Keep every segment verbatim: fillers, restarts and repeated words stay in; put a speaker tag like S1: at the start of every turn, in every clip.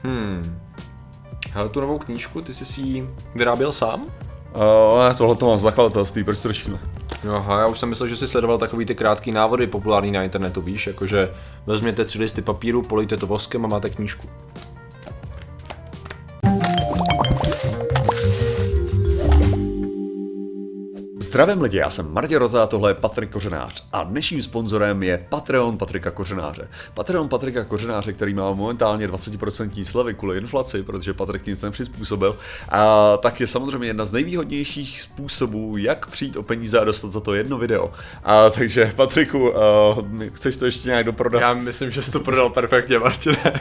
S1: Hmm. Hele, tu novou knížku, ty jsi si ji vyráběl sám?
S2: Uh, tohle to mám zakladatelství, proč to řešíme?
S1: Aha, já už jsem myslel, že jsi sledoval takový ty krátký návody populární na internetu, víš, jakože vezměte tři listy papíru, polejte to voskem a máte knížku.
S2: Zdravím lidi, já jsem Martin Rota a tohle je Patrik Kořenář a dnešním sponzorem je Patreon Patrika Kořenáře. Patreon Patrika Kořenáře, který má momentálně dvacet procent slevy kvůli inflaci, protože Patrik nic nepřizpůsobil, a tak je samozřejmě jedna z nejvýhodnějších způsobů, jak přijít o peníze a dostat za to jedno video. A takže Patriku, uh, chceš to ještě nějak doprodat?
S1: Já myslím, že jsi to prodal perfektně, Martine.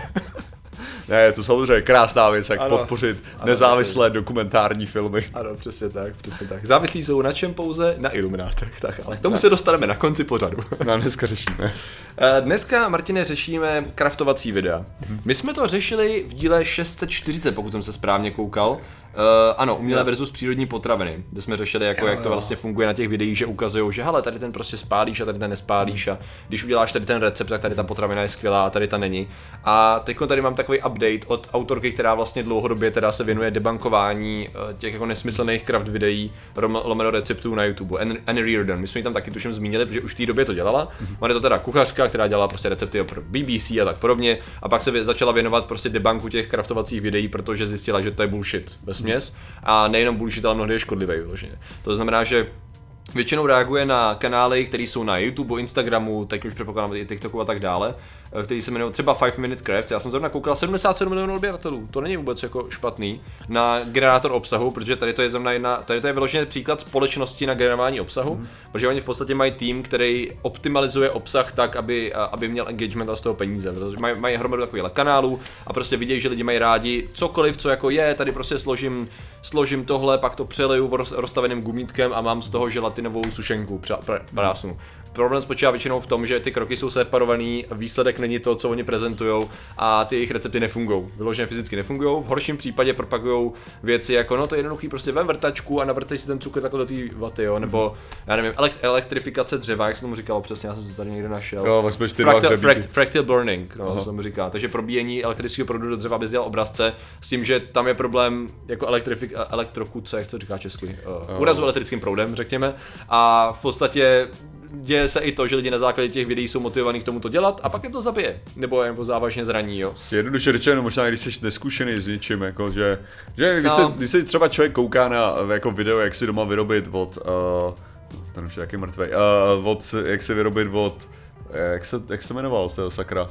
S2: Ne, je to samozřejmě krásná věc, jak
S1: ano,
S2: podpořit
S1: ano,
S2: nezávislé ano. dokumentární filmy.
S1: Ano, přesně tak, přesně tak. Závislí jsou na čem pouze? Na iluminátech, tak, ale k tomu se dostaneme na konci pořadu.
S2: No, dneska řešíme.
S1: Dneska, Martine, řešíme craftovací videa. My jsme to řešili v díle šest set čtyřicet, pokud jsem se správně koukal. Uh, ano, umělé versus přírodní potraviny, kde jsme řešili, jako, jak to vlastně funguje na těch videích, že ukazují, že hele, tady ten prostě spálíš a tady ten nespálíš a když uděláš tady ten recept, tak tady ta potravina je skvělá a tady ta není. A teď tady mám takový update od autorky, která vlastně dlouhodobě teda se věnuje debankování těch jako nesmyslných craft videí, lomeno receptů na YouTube. Annie Reardon, my jsme ji tam taky tuším zmínili, protože už v té době to dělala. Ona je to teda kuchařka, která dělala prostě recepty pro B B C a tak podobně, a pak se začala věnovat prostě debanku těch craftovacích videí, protože zjistila, že to je bullshit vesměs, a nejenom bullshit, ale mnohdy je škodlivý vyloženě. To znamená, že většinou reaguje na kanály, které jsou na YouTube, Instagramu, teď už předpokládám i TikToku a tak dále, který se jmenuje třeba five minute crafts. Já jsem zrovna koukal sedmdesát sedm milionů odběratelů, to není vůbec jako špatný, na generátor obsahu, protože tady to je zrovna jedna, tady to je vyloženě příklad společnosti na generování obsahu, mm. protože oni v podstatě mají tým, který optimalizuje obsah tak, aby, aby měl engagement a z toho peníze. Protože mají, mají hromadu takových kanálů a prostě vidějí, že lidi mají rádi cokoliv, co jako je, tady prostě složím, složím tohle, pak to přeliju rozstaveným gumítkem a mám z toho želatinovou sušenku prásnu. Problém spočívá většinou v tom, že ty kroky jsou separovaný, výsledek není to, co oni prezentujou, a ty jejich recepty nefungují. Vyloženě fyzicky nefungují. V horším případě propagují věci jako, no to je jednoduchý, prostě vem vrtačku a navrtej si ten cukr takhle do té vaty, jo, nebo já nevím, elektrifikace dřeva, jak se tomu říkalo přesně, já jsem to tady někde našel.
S2: Jo,
S1: fractal, fract, fractal burning, no, se tomu říká. Takže probíjení elektrického proudu do dřeva, aby dělal obrazce, s tím, že tam je problém jako elektrifik, elektrokuce, jak to říká česky, uh, úrazu elektrickým proudem, řekněme, a v podstatě děje se i to, že lidi na základě těch videí jsou motivovaní k tomu to dělat a pak je to zabije, nebo, nebo závažně zraní, jo.
S2: Jednoduše řečeno, možná když jsi neskušený s něčím, jako že, že když, no. se, když se třeba člověk kouká na jako video, jak si doma vyrobit od, uh, ten už je jaký mrtvej, uh, od, jak si vyrobit od, jak se, jak se jmenoval toho sakra, uh,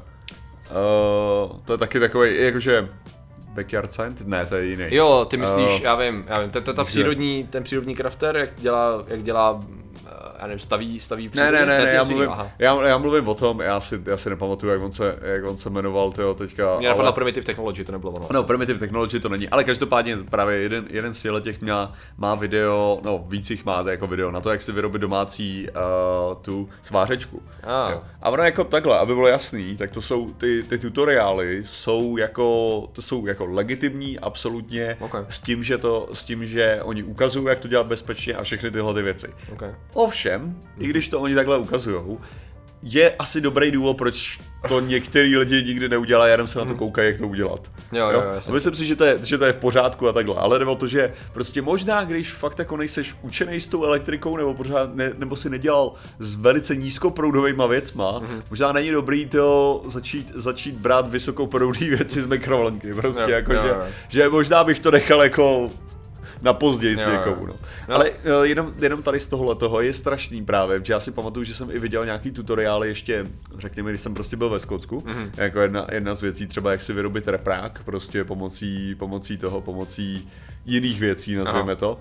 S2: to je taky takový, jakože Backyard Scientist? Ne, to je jiný.
S1: Jo, ty myslíš, uh, já vím, já vím, ta, ta, ta přírodní, ten přírodní crafter, jak dělá, jak dělá, já nevím, staví, staví
S2: přírodní? Ne, ne, ne, ne já, mluvím, já, já mluvím o tom, já si, já si nepamatuju, jak on se, jak on se jmenoval, tyjo, teďka.
S1: Mě napadla ale... Primitive Technology, to nebylo ono.
S2: No, Primitive Technology to není, ale každopádně právě jeden, jeden z těch měl, má video, no víc jich má jako video na to, jak si vyrobit domácí uh, tu svářečku.
S1: Ah.
S2: A ono jako takhle, aby bylo jasný, tak to jsou, ty, ty tutoriály jsou jako, to jsou jako legitimní, absolutně,
S1: okay.
S2: s tím, že to, s tím, že oni ukazují, jak to dělat bezpečně a všechny tyhle ty věci.
S1: Okay.
S2: Ovšem, mm. i když to oni takhle ukazujou, je asi dobrý důvod, proč to některý lidi nikdy neudělají, jenom se na to koukají, jak to udělat.
S1: Jo, jo, jo,
S2: a myslím si, že to, je, že to je v pořádku a takhle, ale jde o to, že prostě možná, když fakt jako nejseš učenej s tou elektrikou, nebo pořád ne, nebo si nedělal s velice nízkoproudovejma věcma, mm-hmm. možná není dobrý to začít, začít brát vysokoproudové věci z mikrovlnky, prostě jo, jako,
S1: jo,
S2: že,
S1: jo.
S2: že možná bych to nechal jako na později s někomu, no.
S1: no.
S2: Ale uh, jenom, jenom tady z tohohle toho je strašný právě, že já si pamatuju, že jsem i viděl nějaký tutoriály ještě, řekněme, když jsem prostě byl ve Skotsku, mm-hmm. jako jedna, jedna z věcí, třeba jak si vyrobit reprák, prostě pomocí, pomocí toho, pomocí jiných věcí, nazvěme to.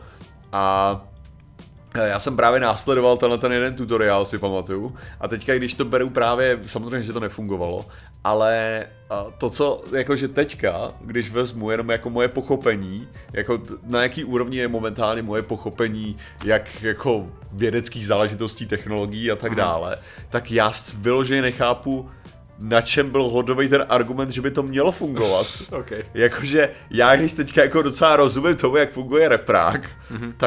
S2: A já jsem právě následoval tenhle ten jeden tutoriál, si pamatuju, a teďka, když to beru právě, samozřejmě, že to nefungovalo, ale to, co, jakože teďka, když vezmu jenom jako moje pochopení, jako na jaký úrovni je momentálně moje pochopení, jak jako vědeckých záležitostí, technologií a tak dále, tak já vyloženě nechápu, na čem byl hodový ten argument, že by to mělo fungovat.
S1: Okay.
S2: Jakože já, když teďka jako docela rozumím tomu, jak funguje reprák, mm-hmm. tak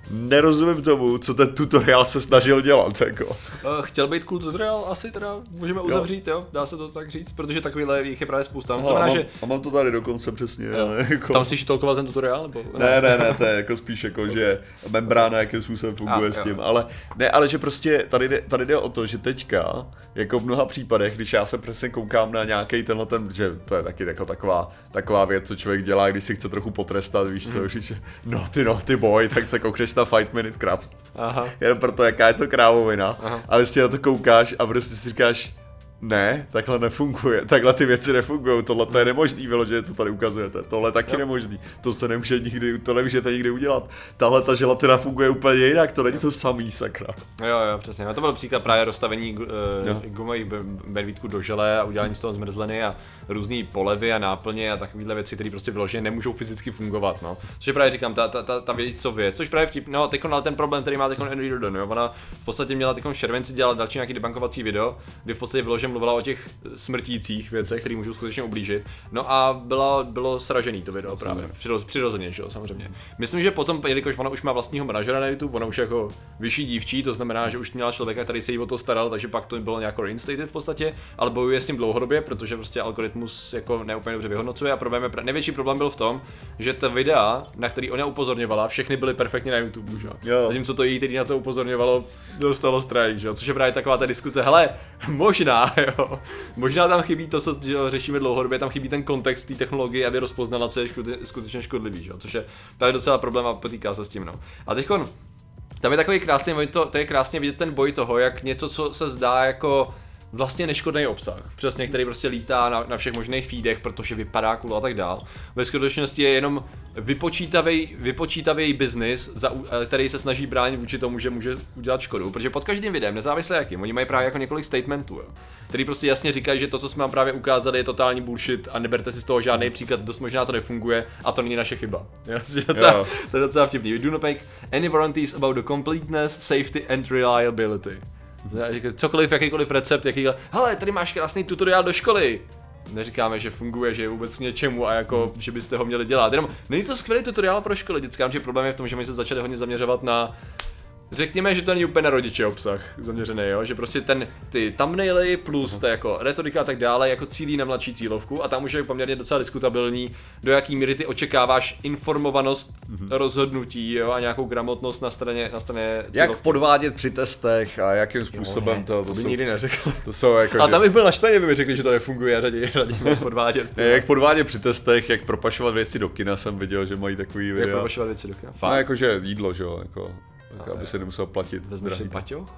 S2: nerozumím tomu, co ten tutoriál se snažil dělat, jako.
S1: Uh, chtěl být cool tutoriál, asi teda můžeme uzavřít, jo. jo, dá se to tak říct, protože takovýhle jich je právě spousta.
S2: No, a, mám, že... a mám to tady dokonce přesně. Jako...
S1: Tam si šitolkoval ten tutoriál, nebo?
S2: Ne, ne, ne, to je jako spíš jako, že membrána jakým způsobem funguje a, s tím, jo. ale ne, ale že prostě tady jde, tady jde o to, že teďka, jako v mnoha případech, když já se přesně koukám na nějaký tenhle ten, že to je taky jako taková, taková věc, co člověk dělá, když si chce trochu potrestat, víš co, mm. že no ty no ty boj, tak se koukneš na Five Minute Craft. Aha. Jenom proto, jaká je to krávovina. Aha. A vlastně na to koukáš a prostě si říkáš, ne, takhle nefunguje, takhle ty věci nefungují, tohle to je nemožný vyloženě, co tady ukazujete, tohle taky jo. nemožný, to se nemůže nikdy, to nemůžete nikdy udělat, tahle ta želatina funguje úplně jinak, to není to samý, sakra.
S1: Jo, jo, přesně, no to byl příklad právě rozstavení uh, gumových medvídků do žele a udělání z toho zmrzliny a různý polevy a náplně a takovéhle věci, které prostě vyloženě nemůžou fyzicky fungovat, no. Což je právě říkám, ta, ta, ta, ta věc, co věc, což právě vtip, no teď ale ten problém, který má teď Henry Dodon, jo, ona v podstatě měla teď v červenci dělat další nějaký debankovací video, kdy v podstatě vyloženě mluvila o těch smrtících věcech, které můžou skutečně ublížit. No a bylo, bylo sražený to video právě, přiroz, přirozeně, že jo, samozřejmě. Myslím, že potom, jelikož ona už má vlastního manažera na YouTube, ona už jako vyšší dívčí, to znamená, že už měla člověka, který se jí o to staral, takže pak to bylo nějak reinstated v podstatě, ale bojuje s tím dlouhodobě, protože prostě algoritmus jako neúplně dobře vyhodnocuje a problém je, největší problém byl v tom, že ta videa, na který ona upozorňovala, všechny byly perfektně na YouTube, že jo. Zatímco to jí, který na to upozorňovalo, dostalo strike, že jo, což je právě taková ta diskuse, hele, možná, jo. Možná tam chybí to, co řešíme dlouhodobě, tam chybí ten kontext té technologie, aby rozpoznala, co je skutečně škodlivý, že? Což je tady docela problém a potýká se s tím. No. A teďkon, tam je takový krásný boj, to, to je krásně vidět ten boj toho, jak něco, co se zdá jako vlastně neškodný obsah, přesně, který prostě lítá na, na všech možných feedech, protože vypadá cool a tak dál. Ve skutečnosti je jenom vypočítavý, vypočítavý biznis, za, který se snaží bránit vůči tomu, že může udělat škodu, protože pod každým videem, nezávisle jakým, oni mají právě jako několik statementů, jo, který prostě jasně říkají, že to, co jsme vám právě ukázali, je totální bullshit a neberte si z toho žádný příklad, dost možná to nefunguje a to není naše chyba. Jo, docela, to je docela vtipný. We do not make any warranties about the completeness, safety and reliability. Cokoliv, jakýkoliv recept, jakýkoliv, hele, tady máš krásný tutoriál do školy. Neříkáme, že funguje, že je vůbec k něčemu a jako, že byste ho měli dělat. Jenom není to skvělý tutoriál pro školy, vždycky, že problém je v tom, že my se začali hodně zaměřovat na, řekněme, že to není úplně na rodiče obsah zaměřený, jo? Že prostě ten, ty thumbnaily plus ta jako retorika a tak dále jako cílí na mladší cílovku a tam už je poměrně docela diskutabilní, do jaký míry ty očekáváš informovanost mm-hmm. rozhodnutí, jo? A nějakou gramotnost na straně, na straně cílovky.
S2: Jak podvádět při testech a jakým způsobem jo, ne,
S1: to,
S2: to,
S1: to
S2: jsou,
S1: nikdy neřekl.
S2: To jsou jako,
S1: a
S2: že...
S1: tam bych byl naštvaný, kdyby mi řekli, že to nefunguje a řadí, řadí podvádět.
S2: Ne, jak podvádět při testech, jak propašovat věci do kina, jsem viděl, že mají takový video.
S1: Jak propašovat věci do kina?
S2: No, jakože jídlo, že jo, jako. Tak, aby se nemusel platit.
S1: Vezmeš si paťoch?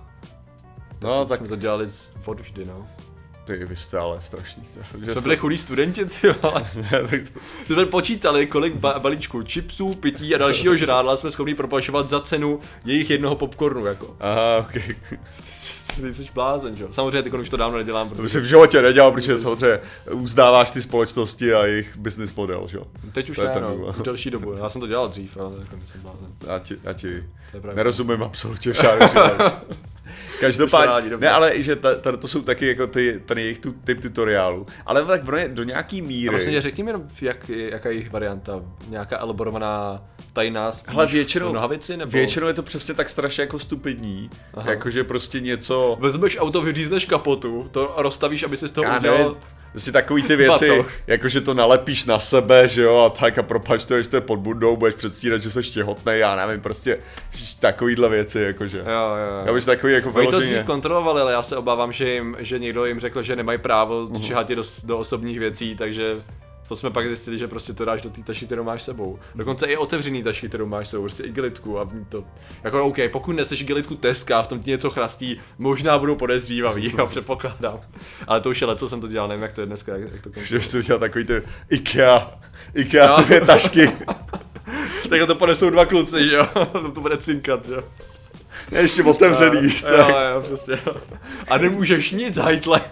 S2: No, tak... tak
S1: jsme to dělali z vodu vždy, no.
S2: Ty, vy jste ale strašný.
S1: Jsme se... byli chudí studenti, ty vole. Jsme počítali, kolik ba- balíčků chipsů, pití a dalšího žrádla jsme schopni propašovat za cenu jejich jednoho popcornu, jako.
S2: Aha, okej. Okay.
S1: Ty jsi blázen, že jo? Samozřejmě teď už to dávno nedělám, protože...
S2: To bych v životě nedělal, protože samozřejmě uznáváš ty společnosti a jejich business model, že jo?
S1: Teď už ne, no, už delší dobu. Já jsem to dělal dřív, ale jako nejsem blázen.
S2: Já ti, já ti nerozumím absolutně všem. Každopádně, ne, ale že ta, ta, to jsou taky jako ty, ten jejich tu, typ tutoriálu, ale tak do nějaký míry. A
S1: vlastně řekni mi jenom, jak, jaká je jejich varianta, nějaká elaborovaná tajná spíš
S2: hele, většinou,
S1: nohavici, nebo?
S2: Většinou je to přesně tak strašně jako stupidní, jakože prostě něco...
S1: Vezmeš auto, vyřízneš kapotu, to rozstavíš, aby si z toho já udělal... Ne.
S2: Prostě takový ty věci, jakože to nalepíš na sebe, že jo, a tak a propačtuješ to pod bundou, budeš předstírat, že jsi těhotnej, já nevím, prostě takovýhle věci, jakože.
S1: Jo, jo, jo.
S2: Já bych takový jako
S1: vyloženě. Oni to dřív kontrolovali, ale já se obávám, že, jim, že někdo jim řekl, že nemají právo uh-huh. čihat do, do osobních věcí, takže to jsme pak zjistili, že prostě to dáš do té tašky, kterou máš sebou. Dokonce i otevřený tašky, kterou máš sebou, prostě igelitku a to, jako OK, pokud neseš igelitku Teska, v tom ti něco chrastí, možná budou podezřívaví, já předpokládám. Ale to už je let, co jsem to dělal, nevím, jak to je dneska, jak, jak to končí.
S2: Že jsi udělal takový ty IKEA, IKEA no. Ty tašky.
S1: Takhle to ponesou dva kluci, že jo, to bude cinkat, že jo.
S2: Ještě otevřený, víš co?
S1: Jo, jo, prostě. A nemůžeš nic, hajzle.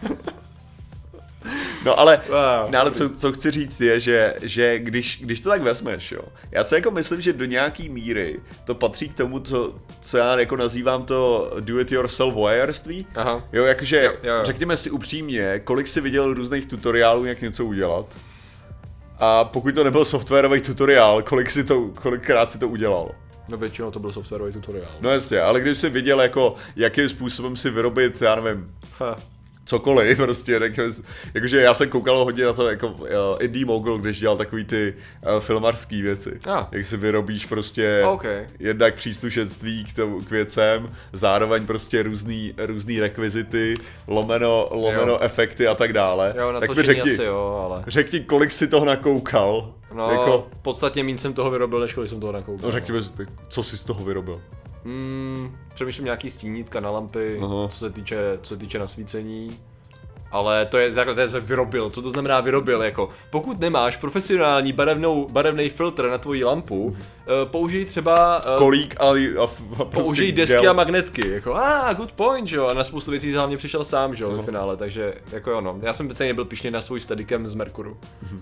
S2: No ale, wow, no, ale co, co chci říct je, že, že když, když to tak vezmeš, jo, já si jako myslím, že do nějaký míry to patří k tomu, co, co já jako nazývám to do-it-yourself voyeurství. Aha. Jo, jakože jo, jo, jo. Řekněme si upřímně, kolik jsi viděl různých tutoriálů, jak něco udělat. A pokud to nebyl softwarový tutoriál, kolik si to, kolikrát si to udělal.
S1: No většinou to byl softwarový tutoriál.
S2: No jasně, ale když jsi viděl jako, jakým způsobem si vyrobit, já nevím,
S1: Ha.
S2: cokoliv prostě, jako, jakože já jsem koukal hodně na to jako uh, Indie Mogul, když dělal takový ty uh, filmarský věci.
S1: Ah.
S2: Jak si vyrobíš prostě
S1: Okay.
S2: jednak příslušenství k, tomu, k věcem, zároveň prostě různý, různý rekvizity, lomeno, lomeno
S1: Jo.
S2: efekty a tak dále.
S1: Jo, na
S2: tak
S1: to
S2: mi řekni,
S1: asi jo, ale...
S2: řekni, kolik si toho nakoukal.
S1: No,
S2: jako,
S1: podstatně míň jsem toho vyrobil, než kolik jsem toho nakoukal.
S2: no řekni mi, co jsi z toho vyrobil.
S1: Hmm, přemýšlím nějaký stínítka na lampy,
S2: Aha.
S1: co se týče, co se týče nasvícení. Ale to je takhle, to je se vyrobil. Co to znamená vyrobil? Jako, pokud nemáš profesionální barevnou, barevný filtr na tvoji lampu, uh, použij třeba... Uh,
S2: Kolík a, a, a prostě
S1: použij desky
S2: gel.
S1: a magnetky. Jako, ah, good point, jo. A na spoustu věcí hlavně přišel sám, že jo, v finále. Takže, jako jo, no. Já jsem celý byl pišný na svůj Steadicam z Merkuru.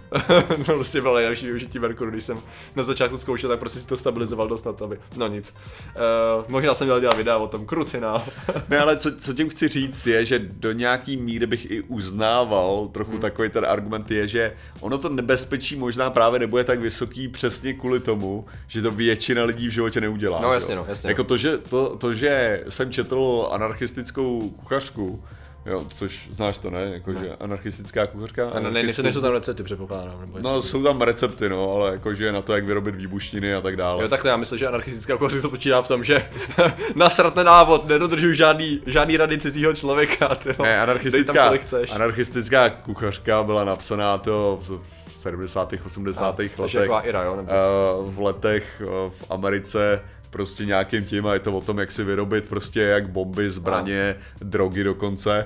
S1: No, prostě byl nejlepší využití Merkuru, když jsem na začátku zkoušel, tak prostě si to stabilizoval dost na to, aby... No nic. Uh, možná jsem měl dělat videa o tom, krucinál.
S2: Ne, ale co, co tím chci říct je, že do nějaký míry bych i uznával, trochu hmm. takový ten argument je, že ono to nebezpečí možná právě nebude tak vysoký přesně kvůli tomu, že to většina lidí v životě neudělá.
S1: No
S2: že
S1: jasně,
S2: jo?
S1: no, jasně.
S2: Jako to že, to, to, že jsem četl anarchistickou kuchařku, jo, což znáš to, ne? Jako,
S1: ne.
S2: že anarchistická kuchařka.
S1: A no, ne, nejsou, nejsou tam recepty, předpokládám. Nebo
S2: No, jsou tam recepty, no, ale jakože na to, jak vyrobit výbušniny a tak dále.
S1: Jo, takhle já myslím, že anarchistická kuchařka to počítá v tom, že nasrat na návod, nedodržuji žádný, žádný rady cizího člověka, tyjo.
S2: Ne,
S1: Dej
S2: anarchistická,
S1: tam, kolik chceš.
S2: anarchistická kuchařka byla napsaná to v sedmdesátých, osmdesátých
S1: A, takže
S2: letech.
S1: taková Ira, jo? Nebo...
S2: Uh, v letech uh, v Americe prostě nějakým tím a je to o tom, jak si vyrobit prostě jak bomby, zbraně, a. drogy dokonce.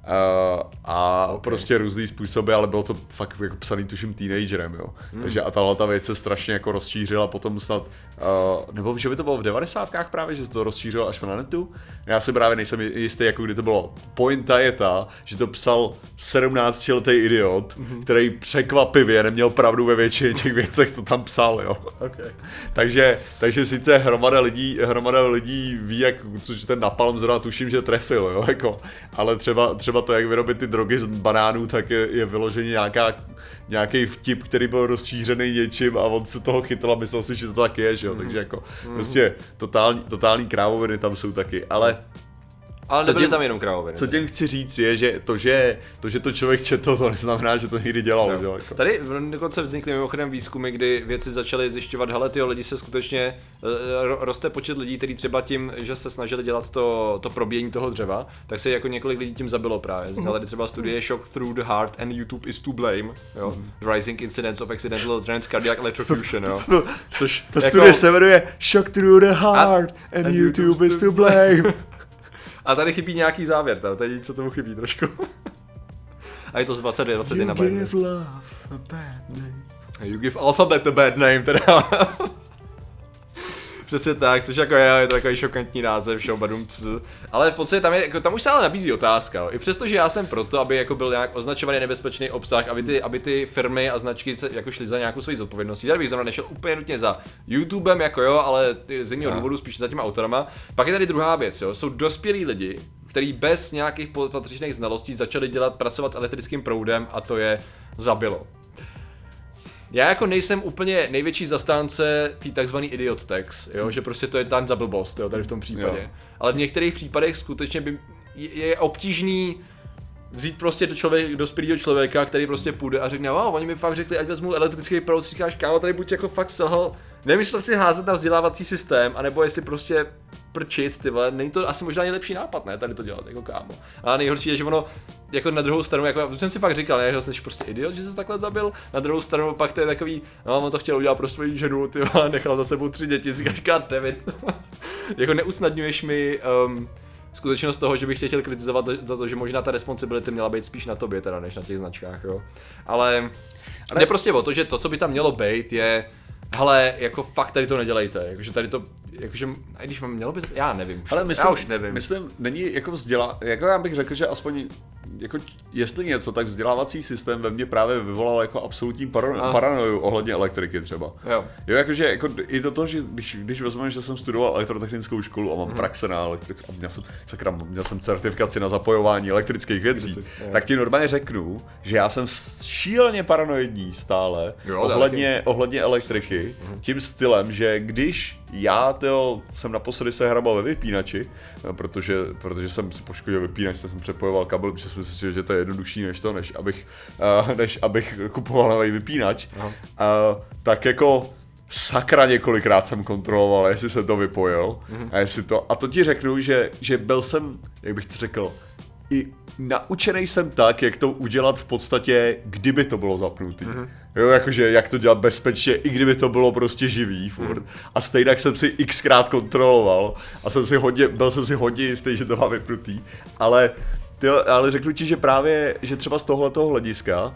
S2: Uh, a okay. prostě různý způsoby, ale bylo to fakt jako psaný tuším teenagerem, jo. Hmm. Takže a tahle ta věc se strašně jako rozšířila potom snad, uh, nebo že by to bylo v devadesátkách právě, že se to rozšířilo až na netu. Já si právě nejsem jistý, jako kdy to bylo. Pointa je ta, že to psal sedmnáctiletý idiot, hmm. který překvapivě neměl pravdu ve většině těch věcech, co tam psal, jo.
S1: Okay.
S2: takže, takže sice hromada lidí, hromada lidí ví, jak, což ten napalm zrovna tuším, že trefil, jo, jako, ale třeba, třeba to, jak vyrobit ty drogy z banánů, tak je, je vyloženě nějaká, nějaký vtip, který byl rozšířený něčím a on se toho chytl a myslel si, že to tak je, že jo, mm. takže jako mm. prostě totální, totální krávoviny tam jsou taky, ale
S1: Ale
S2: co
S1: nebyly
S2: tím,
S1: tam jenom krávoviny.
S2: Co tím chci říct je, že to, že to, že to člověk četl, to neznamená, že to někdy dělal. No. Že? Jako.
S1: Tady dokonce vznikly mimochodem výzkumy, kdy vědci začali zjišťovat, hele tyjo, lidi se skutečně, roste počet lidí, kteří třeba tím, že se snažili dělat to, to probíjení toho dřeva, tak se jako několik lidí tím zabilo právě. Mm. Tady třeba studie Shock Through the Heart and YouTube is to blame, jo? Mm. Rising Incidence of Accidental Transcardiac Electrocution, jo. Což
S2: ta
S1: jako...
S2: studie se jmenuje Shock Through the Heart and, and YouTube, YouTube is to blame.
S1: A tady chybí nějaký závěr, tady, tady co tomu chybí trošku. A je to z dvacet dvě dvacet jedna.
S2: You give love a bad name.
S1: You give alphabet a bad name, teda. Přesně tak, což jako je, je to takový šokantní název, šoubadumc. Ale v podstatě tam, je, jako, tam už se ale nabízí otázka. Jo. I přesto, že já jsem proto, aby jako byl nějak označovaný nebezpečný obsah, aby ty, aby ty firmy a značky se jako šly za nějakou svoji zodpovědností. Tady bych zrovna nešel úplně nutně za YouTubem, jako jo, ale z jiného důvodu spíš za těma autorama. Pak je tady druhá věc, jo. Jsou dospělí lidi, kteří bez nějakých patřičných znalostí začali dělat, pracovat s elektrickým proudem a to je zabilo. Já jako nejsem úplně největší zastánce té takzvaný idiot tax, jo, že prostě to je tam za blbost, jo, tady v tom případě. Jo. Ale v některých případech skutečně by je obtížný vzít prostě do člověk, dospělého člověka, který prostě půjde a řekne, wow, oni mi fakt řekli, ať vezmu elektrický proud, si říkáš, kámo, tady buď jako fakt selhal, nevím, jestli to chci házet na vzdělávací systém, anebo jestli prostě prčic, ty vole, není to asi možná nejlepší nápad, ne, tady to dělat, jako kámo. A nejhorší je, že ono, jako na druhou stranu, jako jsem si fakt říkal, ne, že jsi prostě idiot, že jsi takhle zabil, na druhou stranu pak to je takový, no, on to chtěl udělat pro svoji ženu, ty vole, nechal za sebou tři děti, říkáš, god damn it. Jako neusnadňuješ mi um, skutečnost toho, že bych tě chtěl kritizovat za to, že možná ta responsibility měla být spíš na tobě, teda, než na těch značkách, jo. Ale jde prostě o to, že to, co by tam mělo být, je hele, jako fakt tady to nedělejte, jakože tady to, jakože, a když mám mělo by, já nevím,
S2: ale myslím,
S1: já už nevím.
S2: Myslím, není jako vzdělá, jako já bych řekl, že aspoň, jako jestli něco, tak vzdělávací systém ve mně právě vyvolal jako absolutní parano- paranoju ohledně elektriky třeba.
S1: Jo.
S2: Jo, jakože jako i do toho, že když, když vezmeme, že jsem studoval elektrotechnickou školu a mám mm. praxe na elektrice, a měl jsem, sakra, měl jsem certifikaci na zapojování elektrických věcí, si, tak ti normálně řeknu, že já jsem šíleně paranoidní stále jo, ohledně, ohledně elektriky, mm. tím stylem, že když já to jsem naposledy se hrabal ve vypínači, protože, protože jsem si poškodil vypínač, tak jsem přepojoval kabel, protože jsem si myslel, že to je jednodušší než to, než abych, než abych kupoval nový vypínač. Uh, tak jako sakra několikrát jsem kontroloval, jestli jsem to vypojil mm-hmm. a jestli to, a to ti řeknu, že, že byl jsem, jak bych to řekl, i naučený jsem tak, jak to udělat v podstatě, kdyby to bylo zapnutý. Mm-hmm. Jo, jakože jak to dělat bezpečně, i kdyby to bylo prostě živý furt. Mm. A stejně jsem si xkrát kontroloval a jsem si hodně, byl jsem si hodně jistý, že to má vypnutý. Ale, tyjo, ale řeknu ti, že právě, že třeba z tohoto hlediska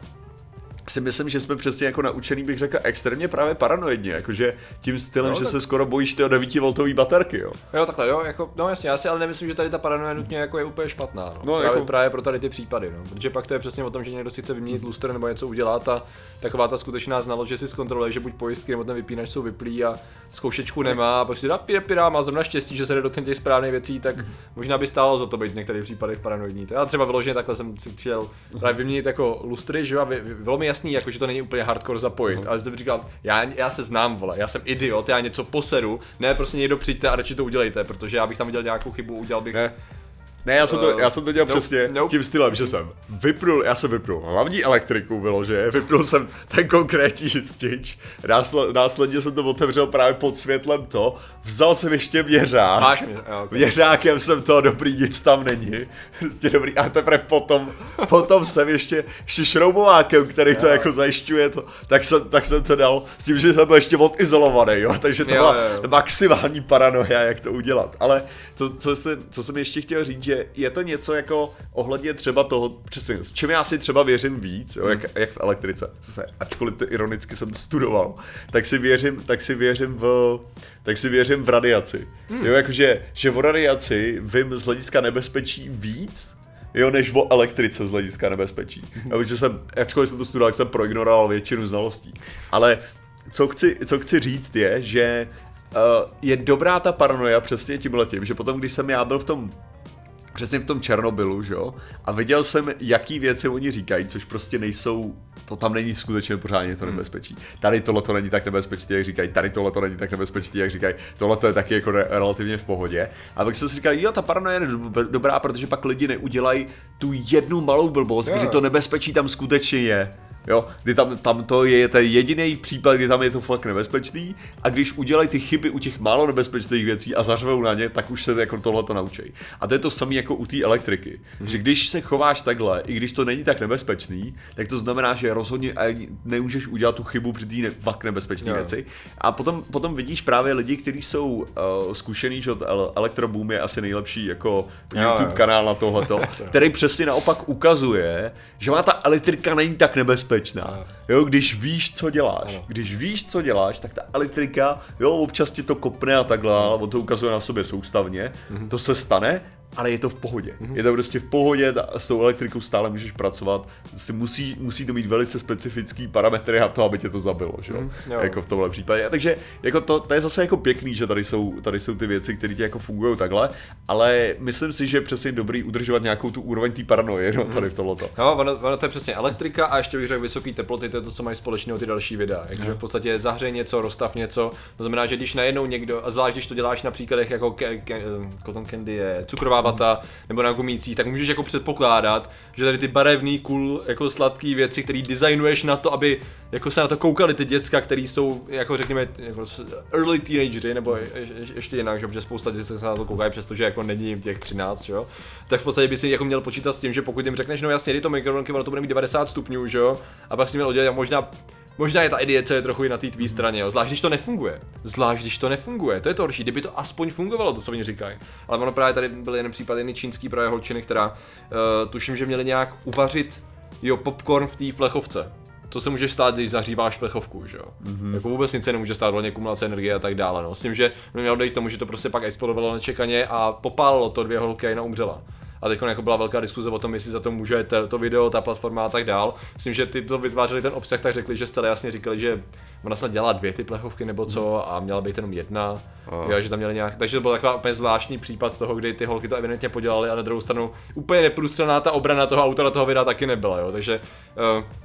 S2: si myslím, že jsme přesně jako naučený, bych řekl, extrémně právě paranoidně, jakože tím stylem, no, že tak... se skoro bojíš ty devítivoltové baterky, jo.
S1: Jo, takhle, jo, jako, no jasně, já si ale nemyslím, že tady ta paranoia nutně jako je úplně špatná, no. no právě, jako... právě pro tady ty případy, no, protože pak to je přesně o tom, že někdo si chce vyměnit lustr nebo něco udělat a taková ta skutečná znalost, že si zkontroluje, že buď pojistky nebo ten vypínač jsou vyplý a zkoušečku nemá a pak si dá píre píra, má zrovna štěstí, že se jde do těch správných věcí, tak mm. možná by stálo za to být v některých případech paranoidní. Já třeba vyloženě takhle jsem si chtěl právě vyměnit jako lustry, že jo, a bylo mi jasný, jako že to není úplně hardcore zapojit, uh-huh. ale zde bych říkal, já, já se znám, vole, já jsem idiot, já něco poseru, ne, prostě někdo přijďte a radši to udělejte, protože já bych tam udělal nějakou chybu, udělal bych...
S2: Ne. Ne, já jsem to, já jsem to dělal nope, přesně nope. tím stylem, že jsem vypnul, já jsem vypnul hlavní elektriku, vyloženě, vypnul jsem ten konkrétní styč, Násle, následně jsem to otevřel právě pod světlem to, vzal jsem ještě měřák,
S1: Máš mě, jo, okay.
S2: měřákem jsem to, dobrý, nic tam není, prostě dobrý, a teprve potom, potom jsem ještě, ještě šroubovákem, který to jo. jako zajišťuje, to, tak, jsem, tak jsem to dal s tím, že jsem byl ještě odizolovaný, jo, takže to jo, byla jo, jo. maximální paranoia, jak to udělat, ale to, co, jsem, co jsem ještě chtěl říct, že je to něco jako ohledně třeba toho, přesně, s čím já si třeba věřím víc, jo, jak, jak v elektrice, zase, ačkoliv to ironicky jsem studoval, tak si věřím, tak si věřím v, tak si věřím v radiaci, hmm. jo, jakože, že o radiaci vím z hlediska nebezpečí víc, jo, než o elektrice z hlediska nebezpečí, jo, protože jsem, ačkoliv jsem to studoval, tak jsem proignoroval většinu znalostí, ale co chci, co chci říct je, že uh, je dobrá ta paranoia přesně tímhletím, že potom, když jsem já byl v tom přesně v tom Černobylu, že jo, a viděl jsem, jaký věci oni říkají, což prostě nejsou, to tam není skutečně pořádně to nebezpečí. Tady tohle to není tak nebezpečné, jak říkají, tady tohle to není tak nebezpečné, jak říkají, tohle to je taky jako re- relativně v pohodě. A pak jsem si říkal, jo, ta paranoia je dobrá, protože pak lidi neudělají tu jednu malou blbost, kdy to nebezpečí tam skutečně je. Jo, kdy tam, tam to je ten jediný případ, kdy tam je to fakt nebezpečný a když udělají ty chyby u těch málo nebezpečných věcí a zařvou na ně, tak už se jako tohleto naučí. A to je to samé jako u té elektriky, mm. že když se chováš takhle, i když to není tak nebezpečný, tak to znamená, že rozhodně nemůžeš udělat tu chybu při té fakt nebezpečné věci. A potom, potom vidíš právě lidi, kteří jsou uh, zkušený, že Elektroboom je asi nejlepší jako jo, YouTube jo. kanál na tohleto, který přesně naopak ukazuje, že má ta elektrika není tak nebezpečná. Bezpečná. Jo, když víš, co děláš. Ano. Když víš, co děláš, tak ta elektrika, jo, občas ti to kopne a takhle, ale on to ukazuje na sobě soustavně. Mm-hmm. To se stane, ale je to v pohodě. Mm-hmm. Je to prostě v pohodě, ta, s tou elektrikou stále můžeš pracovat. Prostě musí, musí to mít velice specifický parametry na to, aby tě to zabilo, že? Mm-hmm. Jako v tomhle případě. Takže jako to, to je zase jako pěkný, že tady jsou, tady jsou ty věci, které ti jako fungují takhle, ale myslím si, že je přesně dobrý udržovat nějakou tu úroveň té paranoje, no, tady v tomhleto.
S1: No, ono, ono to je přesně elektrika a ještě bych řekl vysoké teploty, to je to, co mají společného ty další videa. Takže v podstatě zahřej něco, rozstav něco. To znamená, že když najednou někdo, a zvlášť když to děláš na příkladech jako ke, ke, cotton candy je cukrová vata, nebo na gumících, tak můžeš jako předpokládat, že tady ty barevný, cool, jako sladký věci, které designuješ na to, aby jako se na to koukali ty děcka, který jsou, jako řekněme, jako early teenagery, nebo je, je, ještě jinak, že, protože spousta děcek se na to koukají, přestože jako není jim těch třináct, jo. Tak v podstatě by si jako měl počítat s tím, že pokud jim řekneš, no jasně, jde to mikrovlnky, ono to bude mít devadesát stupňů, že jo, a pak si měl udělat možná Možná je ta idea, co je trochu i na té tvý straně, jo. Zvlášť když to nefunguje. Zvlášť když to nefunguje, to je to horší, kdyby to aspoň fungovalo, to co oni říkají. Ale ono právě tady byl jeden případ jedný čínský právě holčiny, která uh, tuším, že měli nějak uvařit jo, popcorn v té plechovce. Co se může stát, když zahříváš plechovku, že jo? Mm-hmm. Jako vůbec nic se nemůže stát, hlavně kumulace energie a tak dále, no. S tím, že mělo dojít k tomu, že to prostě pak explodovalo nečekaně a popálilo to dvě holky a jedna umřela. A teď jako byla velká diskuze o tom, jestli za to může to, to video, ta platforma a tak dál. Myslím, že ty to vytvářeli ten obsah, tak řekli, že zcela jasně říkali, že ona snad dělala dvě ty plechovky nebo co a měla být jenom jedna. Oh. Jo, že tam měli nějak, takže to byl takový úplně zvláštní případ toho, kdy ty holky to evidentně podělaly a na druhou stranu úplně neprůstřelná ta obrana toho autora toho videa taky nebyla, jo. Takže uh,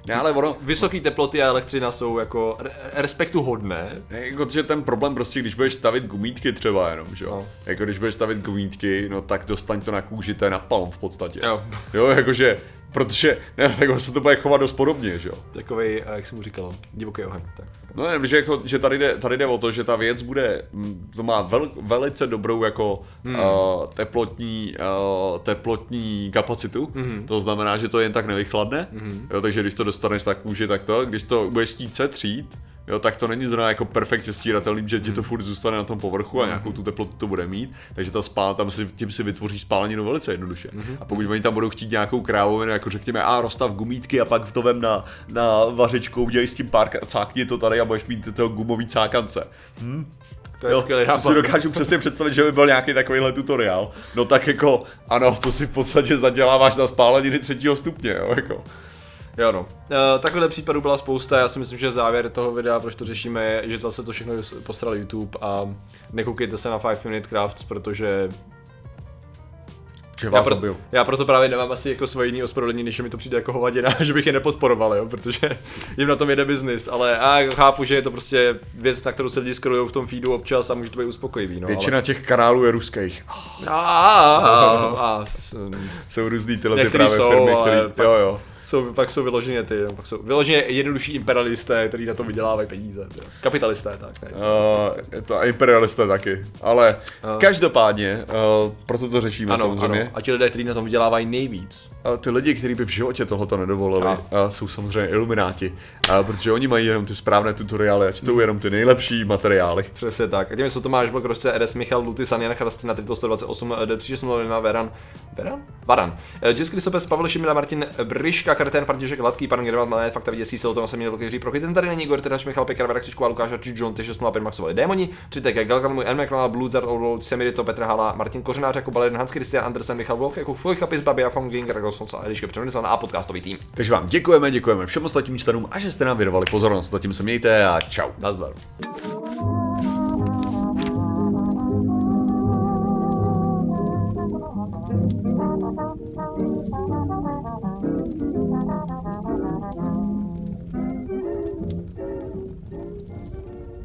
S2: Ne, ale ono...
S1: Vysoké teploty a elektřina jsou jako respektu hodné.
S2: Jako, že ten problém prostě, když budeš stavit gumítky třeba jenom, že jo? No. Jako když budeš stavit gumítky, no tak dostaň to na kůži, to je napalm v podstatě.
S1: Jo.
S2: Jo, jakože, protože, ne, tak se to bude chovat dost podobně, že jo?
S1: Takovej, jak jsem mu říkal, divoký oheň. Tak.
S2: No ne, že, jako, že tady, jde, tady jde o to, že ta věc bude, to má vel, velice dobrou jako hmm. uh, teplotní, uh, teplotní kapacitu, hmm. to znamená, že to jen tak nevychladne, hmm. jo, takže když to dostaneš na kůži, tak to, když to budeš chtít setřít, jo, tak to není zrovna jako perfektně stíratelný, že ti to furt zůstane na tom povrchu a nějakou tu teplotu to bude mít, takže ta spál, tam si, tím si vytvoříš spáleninu velice jednoduše. Mm-hmm. A pokud oni tam budou chtít nějakou krávovinu, jako řekněme, a rozstav gumítky a pak to vem na, na vařičku, udělej s tím pár, cákni to tady a budeš mít toho gumový cákance. Hm?
S1: To je jo, skvělý nápad.
S2: Si dokážu přesně představit, že by byl nějaký takovýhle tutoriál. No tak jako, ano, to si v podstatě zaděláváš na spáleniny třetího stupně, jo, jako.
S1: Jo no, e, takovýhle případů byla spousta, já si myslím, že závěr toho videa, proč to řešíme, je, že zase to všechno postral YouTube a nekoukejte se na five minute crafts, protože
S2: že vás
S1: já,
S2: pro,
S1: já proto právě nemám asi jako svoje jiný ospravedlnění, než mi to přijde jako hovadina, že bych je nepodporoval, jo, protože jim na tom jede biznis, ale a chápu, že je to prostě věc, na kterou se lidi scrollujou v tom feedu občas a může to být uspokojivý, no.
S2: Většina
S1: ale...
S2: těch kanálů je ruských.
S1: A, a, a, a,
S2: jsou různý tyhle ty právě
S1: jsou,
S2: firmy, který, jo jo.
S1: Jsou, pak jsou vyloženě ty, no, pak jsou vyloženě jednodušší imperialisté, kteří na to vydělávají peníze. Tyjo. Kapitalisté, tak. Ne,
S2: uh, je to imperialisté taky, ale uh. každopádně, uh, proto to řešíme
S1: ano,
S2: samozřejmě.
S1: Ano. A ti lidé, kteří na tom vydělávají nejvíc.
S2: A ty lidi, kteří by v životě tohoto nedovolili, uh, jsou samozřejmě ilumináti, uh, protože oni mají jenom ty správné tutoriály a čtou mm. jenom ty nejlepší materiály.
S1: Přesně tak. A tím jsou Tomáš Blok, Rožce, R S, Michal, Luty, Jan Chrasty, na Trito sto dvacet osm, D tři šest nula, Veran, Veran? Varan. Český Kristopes, Pavel Šimila, Martin Bryška, Kartén, František Hladký, pan Gervant, Malé, Fakta Viděsí, se o tom se měl velký Prochy, ten tady není, Igor Tedaš, Michal Pekar, Verek Křičku a Lukáš Arčík, John, T šest nula pět, Maxovali Démoni, tři T K, Galgal, můj N McLeod, Bluzard, Oulou, Semirito, Petr Hala, Martin Kořenář, jako Baleden, Hans Christian Andersen, Michal Volk, jako Fuj Chapis, Babia, Fonging, Ragosnoc a Eliška Přemysl a podcastový tým.
S2: Takže vám děkujeme, děkujeme všem ostatním členům a že jste nám věnovali pozornost. Zatím se mějte a čau.
S1: Nazdar.
S3: Thank you.